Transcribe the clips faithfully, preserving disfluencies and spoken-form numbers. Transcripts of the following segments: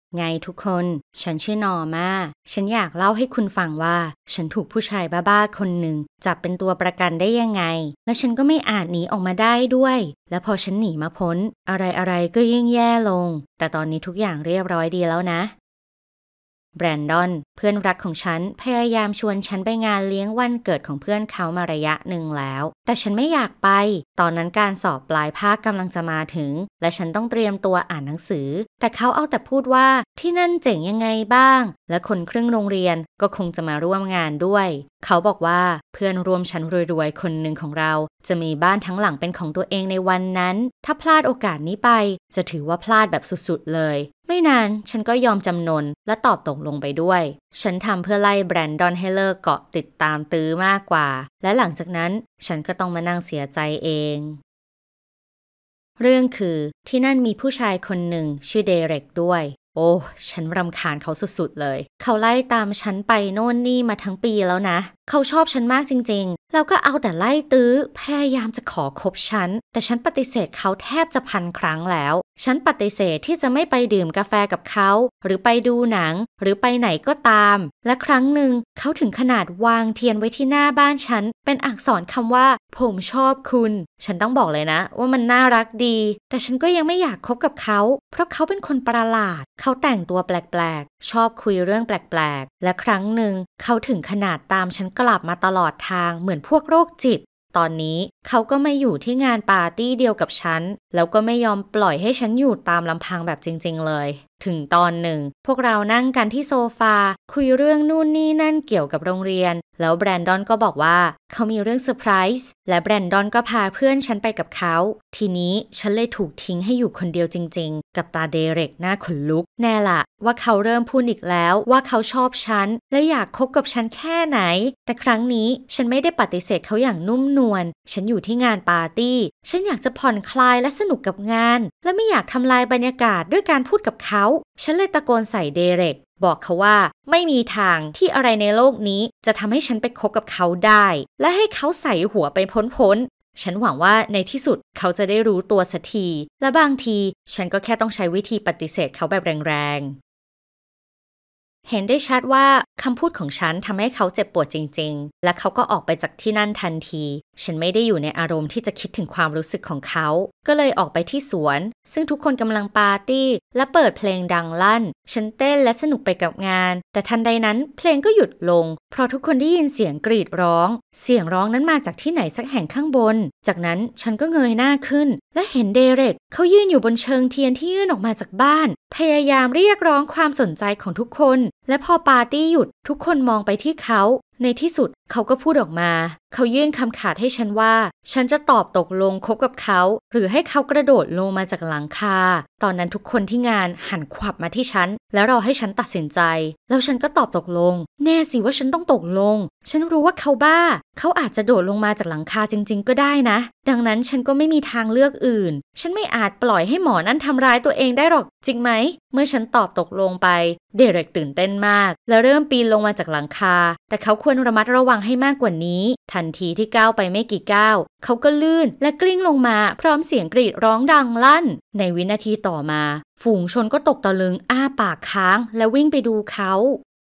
ไงทุกคนฉันชื่อนอร์มาฉันอยากเล่าให้คุณฟังว่าฉันถูกผู้ชายบ้าๆคนหนึ่งจับเป็นตัวประกันได้ยังไงและฉันก็ไม่อาจหนีออกมาได้ด้วยและพอฉันหนีมาพ้นอะไรๆก็ยิ่งแย่ลงแต่ตอนนี้ทุกอย่างเรียบร้อยดีแล้วนะแบรนดอนเพื่อนรักของฉันพยายามชวนฉันไปงานเลี้ยงวันเกิดของเพื่อนเขามาระยะหนึ่งแล้วแต่ฉันไม่อยากไปตอนนั้นการสอบปลายภาคกำลังจะมาถึงและฉันต้องเตรียมตัวอ่านหนังสือแต่เขาเอาแต่พูดว่าที่นั่นเจ๋งยังไงบ้างและคนครึ่งโรงเรียนก็คงจะมาร่วมงานด้วยเขาบอกว่าเพื่อนร่วมชั้นรวยๆคนหนึ่งของเราจะมีบ้านทั้งหลังเป็นของตัวเองในวันนั้นถ้าพลาดโอกาสนี้ไปจะถือว่าพลาดแบบสุดๆเลยไม่นานฉันก็ยอมจำนนและตอบตกลงไปด้วยฉันทำเพื่อไล่แบรนดอนให้เลิกเกาะติดตามตื้อมากกว่าและหลังจากนั้นฉันก็ต้องมานั่งเสียใจเองเรื่องคือที่นั่นมีผู้ชายคนหนึ่งชื่อเดเร็กด้วยโอ้ฉันรำคาญเขาสุดๆเลยเขาไล่ตามฉันไปโน่นนี่มาทั้งปีแล้วนะเขาชอบฉันมากจริงๆแล้วก็เอาแต่ไล่ตื้อพยายามจะขอคบฉันแต่ฉันปฏิเสธเขาแทบจะพันครั้งแล้วฉันปฏิเสธที่จะไม่ไปดื่มกาแฟกับเขาหรือไปดูหนังหรือไปไหนก็ตามและครั้งหนึ่งเขาถึงขนาดวางเทียนไว้ที่หน้าบ้านฉันเป็นอักษรคำว่าผมชอบคุณฉันต้องบอกเลยนะว่ามันน่ารักดีแต่ฉันก็ยังไม่อยากคบกับเขาเพราะเขาเป็นคนประหลาดเขาแต่งตัวแปลกๆชอบคุยเรื่องแปลกๆและครั้งหนึ่งเขาถึงขนาดตามฉันกลับมาตลอดทางเหมือนพวกโรคจิตตอนนี้เขาก็ไม่อยู่ที่งานปาร์ตี้เดียวกับฉันแล้วก็ไม่ยอมปล่อยให้ฉันอยู่ตามลำพังแบบจริงๆเลยถึงตอนหนึ่งพวกเรานั่งกันที่โซฟาคุยเรื่องนู่นนี่นั่นเกี่ยวกับโรงเรียนแล้วแบรนดอนก็บอกว่าเขามีเรื่องเซอร์ไพรส์และแบรนดอนก็พาเพื่อนฉันไปกับเขาทีนี้ฉันเลยถูกทิ้งให้อยู่คนเดียวจริงๆกับตาเดเร็กหน้าขนลุกแน่ละว่าเขาเริ่มพูดอีกแล้วว่าเขาชอบฉันและอยากคบกับฉันแค่ไหนแต่ครั้งนี้ฉันไม่ได้ปฏิเสธเขาอย่างนุ่มนวลฉันอยู่ที่งานปาร์ตี้ฉันอยากจะผ่อนคลายและสนุกกับงานและไม่อยากทำลายบรรยากาศด้วยการพูดกับเขาฉันเลยตะโกนใส่เดเร็กบอกเขาว่าไม่มีทางที่อะไรในโลกนี้จะทำให้ฉันไปคบกับเขาได้และให้เขาใส่หัวไปพ้นๆฉันหวังว่าในที่สุดเขาจะได้รู้ตัวสักทีและบางทีฉันก็แค่ต้องใช้วิธีปฏิเสธเขาแบบแรงๆเห็นได้ชัดว่าคำพูดของฉันทำให้เขาเจ็บปวดจริงๆและเขาก็ออกไปจากที่นั่นทันทีฉันไม่ได้อยู่ในอารมณ์ที่จะคิดถึงความรู้สึกของเขาก็เลยออกไปที่สวนซึ่งทุกคนกำลังปาร์ตี้และเปิดเพลงดังลั่นฉันเต้นและสนุกไปกับงานแต่ทันใดนั้นเพลงก็หยุดลงเพราะทุกคนได้ยินเสียงกรีดร้องเสียงร้องนั้นมาจากที่ไหนสักแห่งข้างบนจากนั้นฉันก็เงยหน้าขึ้นและเห็นเดเร็กเขายืนอยู่บนเชิงเทียนที่ยื่นออกมาจากบ้านพยายามเรียกร้องความสนใจของทุกคนและพอปาร์ตี้หยุดทุกคนมองไปที่เขาในที่สุดเขาก็พูดออกมาเขายื่นคำขาดให้ฉันว่าฉันจะตอบตกลงคบกับเขาหรือให้เขากระโดดลงมาจากหลังคาตอนนั้นทุกคนที่งานหันขวับมาที่ฉันแล้วรอให้ฉันตัดสินใจแล้วฉันก็ตอบตกลงแน่สิว่าฉันต้องตกลงฉันรู้ว่าเขาบ้าเขาอาจจะโดดลงมาจากหลังคาจริงๆก็ได้นะดังนั้นฉันก็ไม่มีทางเลือกอื่นฉันไม่อาจปล่อยให้หมอนั่นทำร้ายตัวเองได้หรอกจริงไหมเมื่อฉันตอบตกลงไปเดเร็กตื่นเต้นมากและเริ่มปีนลงมาจากหลังคาแต่เขาควรระมัดระวังให้มากกว่านี้ทันทีที่ก้าวไปไม่กี่ก้าวเขาก็ลื่นและกลิ้งลงมาพร้อมเสียงกรีดร้องดังลั่นในวินาทีต่อมาฝูงชนก็ตกตะลึงอ้าปากค้างและวิ่งไปดูเขา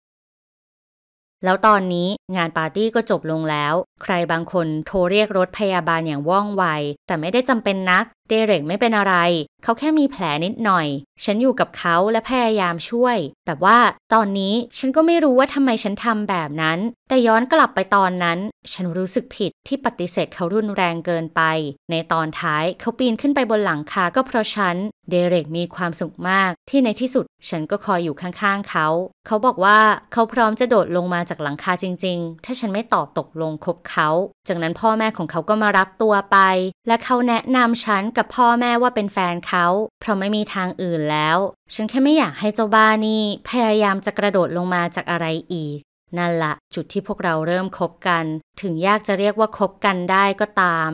แล้วตอนนี้งานปาร์ตี้ก็จบลงแล้วใครบางคนโทรเรียกรถพยาบาลอย่างว่องไวแต่ไม่ได้จำเป็นนักเดเร็กไม่เป็นอะไรเขาแค่มีแผลนิดหน่อยฉันอยู่กับเขาและพยายามช่วยแต่ว่าตอนนี้ฉันก็ไม่รู้ว่าทำไมฉันทำแบบนั้นแต่ย้อนกลับไปตอนนั้นฉันรู้สึกผิดที่ปฏิเสธเขารุนแรงเกินไปในตอนท้ายเขาปีนขึ้นไปบนหลังคาก็เพราะฉันเดเร็กมีความสุขมากที่ในที่สุดฉันก็คอยอยู่ข้างๆเขาเขาบอกว่าเขาพร้อมจะโดดลงมาจากหลังคาจริงๆถ้าฉันไม่ตอบตกลงคบเขาจากนั้นพ่อแม่ของเขาก็มารับตัวไปและเขาแนะนำฉันกับพ่อแม่ว่าเป็นแฟนเขาเพราะไม่มีทางอื่นแล้วฉันแค่ไม่อยากให้เจ้าบ้านี่พยายามจะกระโดดลงมาจากอะไรอีกนั่นละจุดที่พวกเราเริ่มคบกันถึงยากจะเรียกว่าคบกันได้ก็ตาม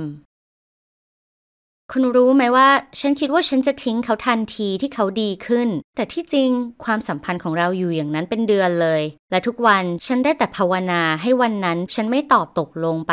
คุณรู้ไหมว่าฉันคิดว่าฉันจะทิ้งเขาทันทีที่เขาดีขึ้นแต่ที่จริงความสัมพันธ์ของเราอยู่อย่างนั้นเป็นเดือนเลยและทุกวันฉันได้แต่ภาวนาให้วันนั้นฉันไม่ตอบตกลงไป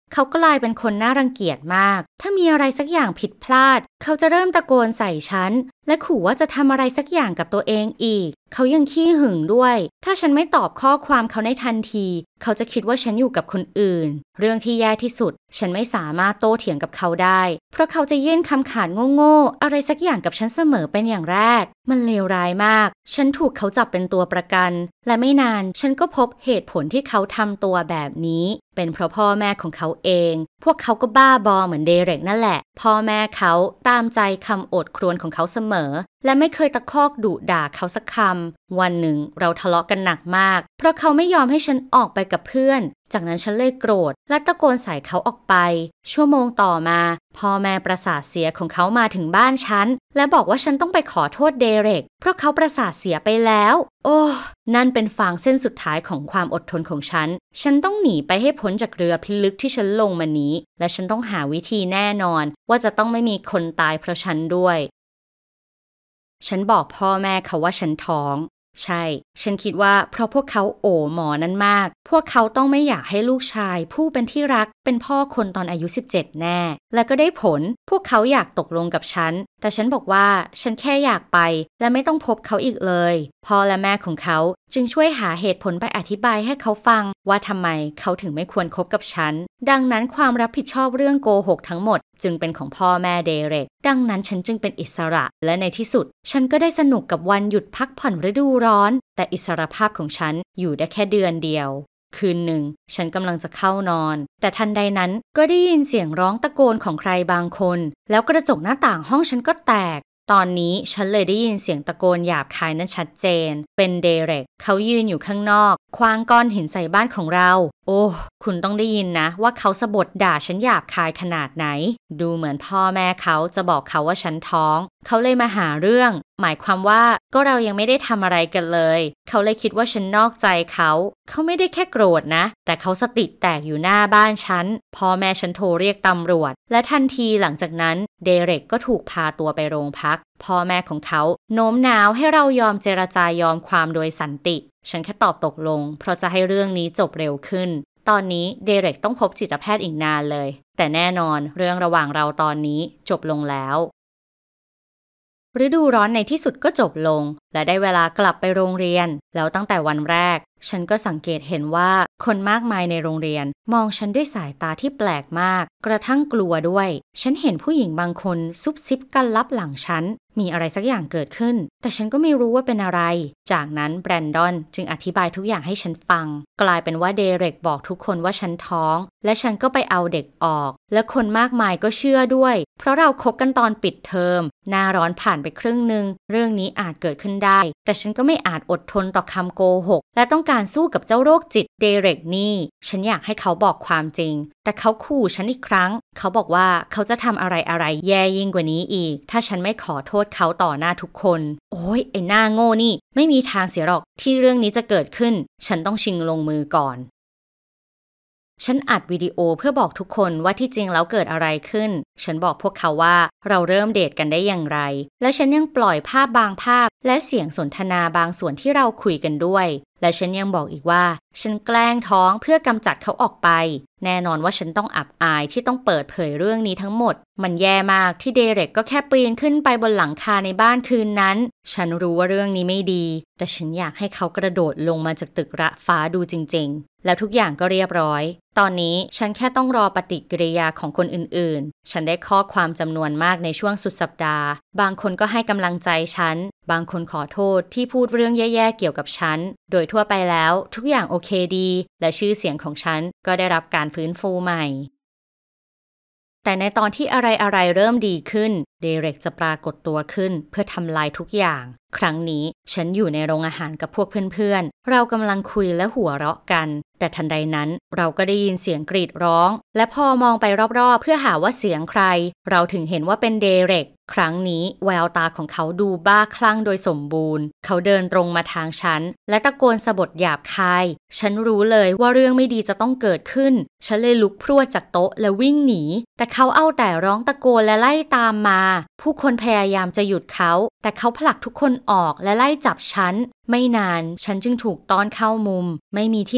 เขากลายเป็นคนน่ารังเกียจมากถ้ามีอะไรสักอย่างผิดพลาดเขาจะเริ่มตะโกนใส่ฉันและขู่ว่าจะทำอะไรสักอย่างกับตัวเองอีกเขายังขี้หึงด้วยถ้าฉันไม่ตอบข้อความเขาในทันทีเขาจะคิดว่าฉันอยู่กับคนอื่นเรื่องที่แย่ที่สุดฉันไม่สามารถโต้เถียงกับเขาได้เพราะเขาจะยื่นคำขาดโง่ๆอะไรสักอย่างกับฉันเสมอเป็นอย่างแรกมันเลวร้ายมากฉันถูกเขาจับเป็นตัวประกันและไม่นานฉันก็พบเหตุผลที่เขาทำตัวแบบนี้เป็นเพราะพ่อแม่ของเขาเองพวกเขาก็บ้าบอเหมือนเดเร็กนั่นแหละพ่อแม่เขาตามใจคำโอดครวญของเขาเสมอและไม่เคยตะคอกดุด่าเขาสักคำวันหนึ่งเราทะเลาะกันหนักมากเพราะเขาไม่ยอมให้ฉันออกไปกับเพื่อนจากนั้นฉันเลยโกรธและตะโกนใส่เขาออกไปชั่วโมงต่อมาพ่อแม่ประสาทเสียของเขามาถึงบ้านฉันและบอกว่าฉันต้องไปขอโทษเดเร็กเพราะเขาประสาทเสียไปแล้วโอ้นั่นเป็นฟางเส้นสุดท้ายของความอดทนของฉันฉันต้องหนีไปให้พ้นจากเรือพิลึกที่ฉันลงมานี้และฉันต้องหาวิธีแน่นอนว่าจะต้องไม่มีคนตายเพราะฉันด้วยฉันบอกพ่อแม่เขาว่าฉันท้องใช่ฉันคิดว่าเพราะพวกเขาโอ๋หมอนั้นมากพวกเขาต้องไม่อยากให้ลูกชายผู้เป็นที่รักเป็นพ่อคนตอนอายุสิบเจ็ดแน่และก็ได้ผลพวกเขาอยากตกลงกับฉันแต่ฉันบอกว่าฉันแค่อยากไปและไม่ต้องพบเขาอีกเลยพ่อและแม่ของเขาจึงช่วยหาเหตุผลไปอธิบายให้เขาฟังว่าทำไมเขาถึงไม่ควรคบกับฉันดังนั้นความรับผิดชอบเรื่องโกหกทั้งหมดจึงเป็นของพ่อแม่เดเร็กดังนั้นฉันจึงเป็นอิสระและในที่สุดฉันก็ได้สนุกกับวันหยุดพักผ่อนฤดูร้อนแต่อิสรภาพของฉันอยู่ได้แค่เดือนเดียวคืนหนึ่งฉันกำลังจะเข้านอนแต่ทันใดนั้นก็ได้ยินเสียงร้องตะโกนของใครบางคนแล้วกระจกหน้าต่างห้องฉันก็แตกตอนนี้ฉันเลยได้ยินเสียงตะโกนหยาบคายนั้นชัดเจนเป็นเดเร็กเขายืนอยู่ข้างนอกคว้างก้อนหินใส่บ้านของเราโอ้คุณต้องได้ยินนะว่าเขาสะบดด่าฉันหยาบคายขนาดไหนดูเหมือนพ่อแม่เขาจะบอกเขาว่าฉันท้องเขาเลยมาหาเรื่องหมายความว่าก็เรายังไม่ได้ทำอะไรกันเลยเขาเลยคิดว่าฉันนอกใจเขาเขาไม่ได้แค่โกรธนะแต่เขาสติแตกอยู่หน้าบ้านฉันพ่อแม่ฉันโทรเรียกตำรวจและทันทีหลังจากนั้นเดเร็กก็ถูกพาตัวไปโรงพักพ่อแม่ของเขาโน้มน้าวให้เรายอมเจรจายอมความโดยสันติฉันแค่ตอบตกลงเพราะจะให้เรื่องนี้จบเร็วขึ้นตอนนี้เดเร็กต้องพบจิตแพทย์อีกนานเลยแต่แน่นอนเรื่องระหว่างเราตอนนี้จบลงแล้วฤดูร้อนในที่สุดก็จบลงและได้เวลากลับไปโรงเรียนแล้วตั้งแต่วันแรกฉันก็สังเกตเห็นว่าคนมากมายในโรงเรียนมองฉันด้วยสายตาที่แปลกมากกระทั่งกลัวด้วยฉันเห็นผู้หญิงบางคนซุบซิบกันลับหลังฉันมีอะไรสักอย่างเกิดขึ้นแต่ฉันก็ไม่รู้ว่าเป็นอะไรจากนั้นแบรนดอนจึงอธิบายทุกอย่างให้ฉันฟังกลายเป็นว่าเดเร็กบอกทุกคนว่าฉันท้องและฉันก็ไปเอาเด็กออกและคนมากมายก็เชื่อด้วยเพราะเราคบกันตอนปิดเทอมหน้าร้อนผ่านไปครึ่งนึงเรื่องนี้อาจเกิดขึ้นได้แต่ฉันก็ไม่อาจอดทนต่อคำโกหกและต้องการสู้กับเจ้าโรคจิตเดเร็กนี่ฉันอยากให้เขาบอกความจริงแต่เขาขู่ฉันอีกครั้งเขาบอกว่าเขาจะทำอะไรอะไรแย่ยิ่งกว่านี้อีกถ้าฉันไม่ขอโทษเขาต่อหน้าทุกคนโอ้ยไอ้หน้าโง่นี่ไม่มีทางเสียหรอกที่เรื่องนี้จะเกิดขึ้นฉันต้องชิงลงมือก่อนฉันอัดวิดีโอเพื่อบอกทุกคนว่าที่จริงแล้วเกิดอะไรขึ้นฉันบอกพวกเขาว่าเราเริ่มเดทกันได้อย่างไรและฉันยังปล่อยภาพบางภาพและเสียงสนทนาบางส่วนที่เราคุยกันด้วยและฉันยังบอกอีกว่าฉันแกล้งท้องเพื่อกำจัดเขาออกไปแน่นอนว่าฉันต้องอับอายที่ต้องเปิดเผยเรื่องนี้ทั้งหมดมันแย่มากที่เดเร็กก็แค่ปีนขึ้นไปบนหลังคาในบ้านคืนนั้นฉันรู้ว่าเรื่องนี้ไม่ดีแต่ฉันอยากให้เขากระโดดลงมาจากตึกระฟ้าดูจริงๆแล้วทุกอย่างก็เรียบร้อยตอนนี้ฉันแค่ต้องรอปฏิกิริยาของคนอื่นๆฉันได้ข้อความจำนวนมากในช่วงสุดสัปดาห์บางคนก็ให้กำลังใจฉันบางคนขอโทษที่พูดเรื่องแย่ๆเกี่ยวกับฉันโดยทั่วไปแล้วทุกอย่างโอเคดีและชื่อเสียงของฉันก็ได้รับการฟื้นฟูใหม่แต่ในตอนที่อะไรๆเริ่มดีขึ้นเดเร็กจะปรากฏตัวขึ้นเพื่อทำลายทุกอย่างครั้งนี้ฉันอยู่ในโรงอาหารกับพวกเพื่อนๆเรากำลังคุยและหัวเราะกันแต่ทันใดนั้นเราก็ได้ยินเสียงกรีดร้องและพอมองไปรอบๆเพื่อหาว่าเสียงใครเราถึงเห็นว่าเป็นเดเร็กครั้งนี้แววตาของเขาดูบ้าคลั่งโดยสมบูรณ์เขาเดินตรงมาทางฉันและตะโกนสะบดหยาบคายฉันรู้เลยว่าเรื่องไม่ดีจะต้องเกิดขึ้นฉันเลยลุกพรวดจากโต๊ะและวิ่งหนีแต่เขาเอาแต่ร้องตะโกนและไล่ตามมาผู้คนพยายามจะหยุดเขาแต่เขาผลักทุกคนออกและไล่จับฉันไม่นานฉันจึงถูกต้อนเข้ามุมไม่มีที่ไหนให้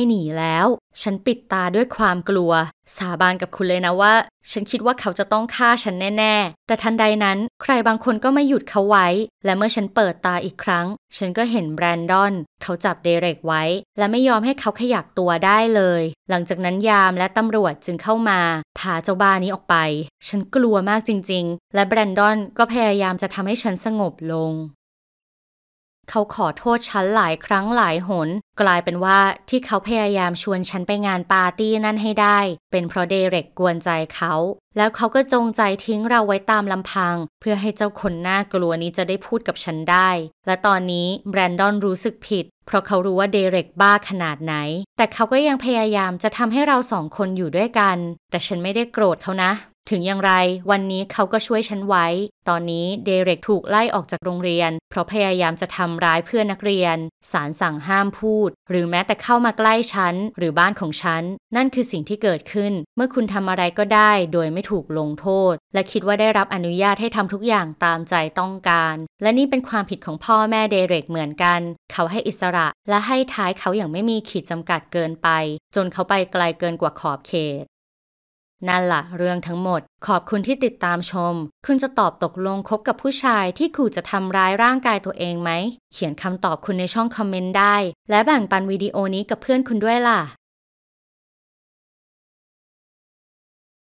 หนีแล้วฉันปิดตาด้วยความกลัวสาบานกับคุณเลยนะว่าฉันคิดว่าเขาจะต้องฆ่าฉันแน่ๆแต่ทันใดนั้นใครบางคนก็มาหยุดเขาไว้และเมื่อฉันเปิดตาอีกครั้งฉันก็เห็นแบรนดอนเขาจับเดเร็กไว้และไม่ยอมให้เขาขยับตัวได้เลยหลังจากนั้นยามและตำรวจจึงเข้ามาพาเจ้าบ้านี้ออกไปฉันกลัวมากจริงๆและแบรนดอนก็พยายามจะทำให้ฉันสงบลงเขาขอโทษฉันหลายครั้งหลายหนกลายเป็นว่าที่เขาพยายามชวนฉันไปงานปาร์ตี้นั่นให้ได้เป็นเพราะเดเร็กกวนใจเขาแล้วเขาก็จงใจทิ้งเราไว้ตามลำพังเพื่อให้เจ้าคนน่ากลัวนี้จะได้พูดกับฉันได้และตอนนี้แบรนดอนรู้สึกผิดเพราะเขารู้ว่าเดเร็กบ้าขนาดไหนแต่เขาก็ยังพยายามจะทำให้เราสองคนอยู่ด้วยกันแต่ฉันไม่ได้โกรธเขานะถึงอย่างไรวันนี้เขาก็ช่วยฉันไว้ตอนนี้เดเร็กถูกไล่ออกจากโรงเรียนเพราะพยายามจะทำร้ายเพื่อนนักเรียนศาลสั่งห้ามพูดหรือแม้แต่เข้ามาใกล้ฉันหรือบ้านของฉันนั่นคือสิ่งที่เกิดขึ้นเมื่อคุณทำอะไรก็ได้โดยไม่ถูกลงโทษและคิดว่าได้รับอนุญาตให้ทำทุกอย่างตามใจต้องการและนี่เป็นความผิดของพ่อแม่เดเร็กเหมือนกันเขาให้อิสระและให้ท้ายเขาอย่างไม่มีขีดจำกัดเกินไปจนเขาไปไกลเกินกว่าขอบเขตนั่นล่ะเรื่องทั้งหมดขอบคุณที่ติดตามชมคุณจะตอบตกลงคบกับผู้ชายที่ขู่จะทำร้ายร่างกายตัวเองไหมเขียนคำตอบคุณในช่องคอมเมนต์ได้และแบ่งปันวิดีโอนี้กับเพื่อนคุณด้วยล่ะ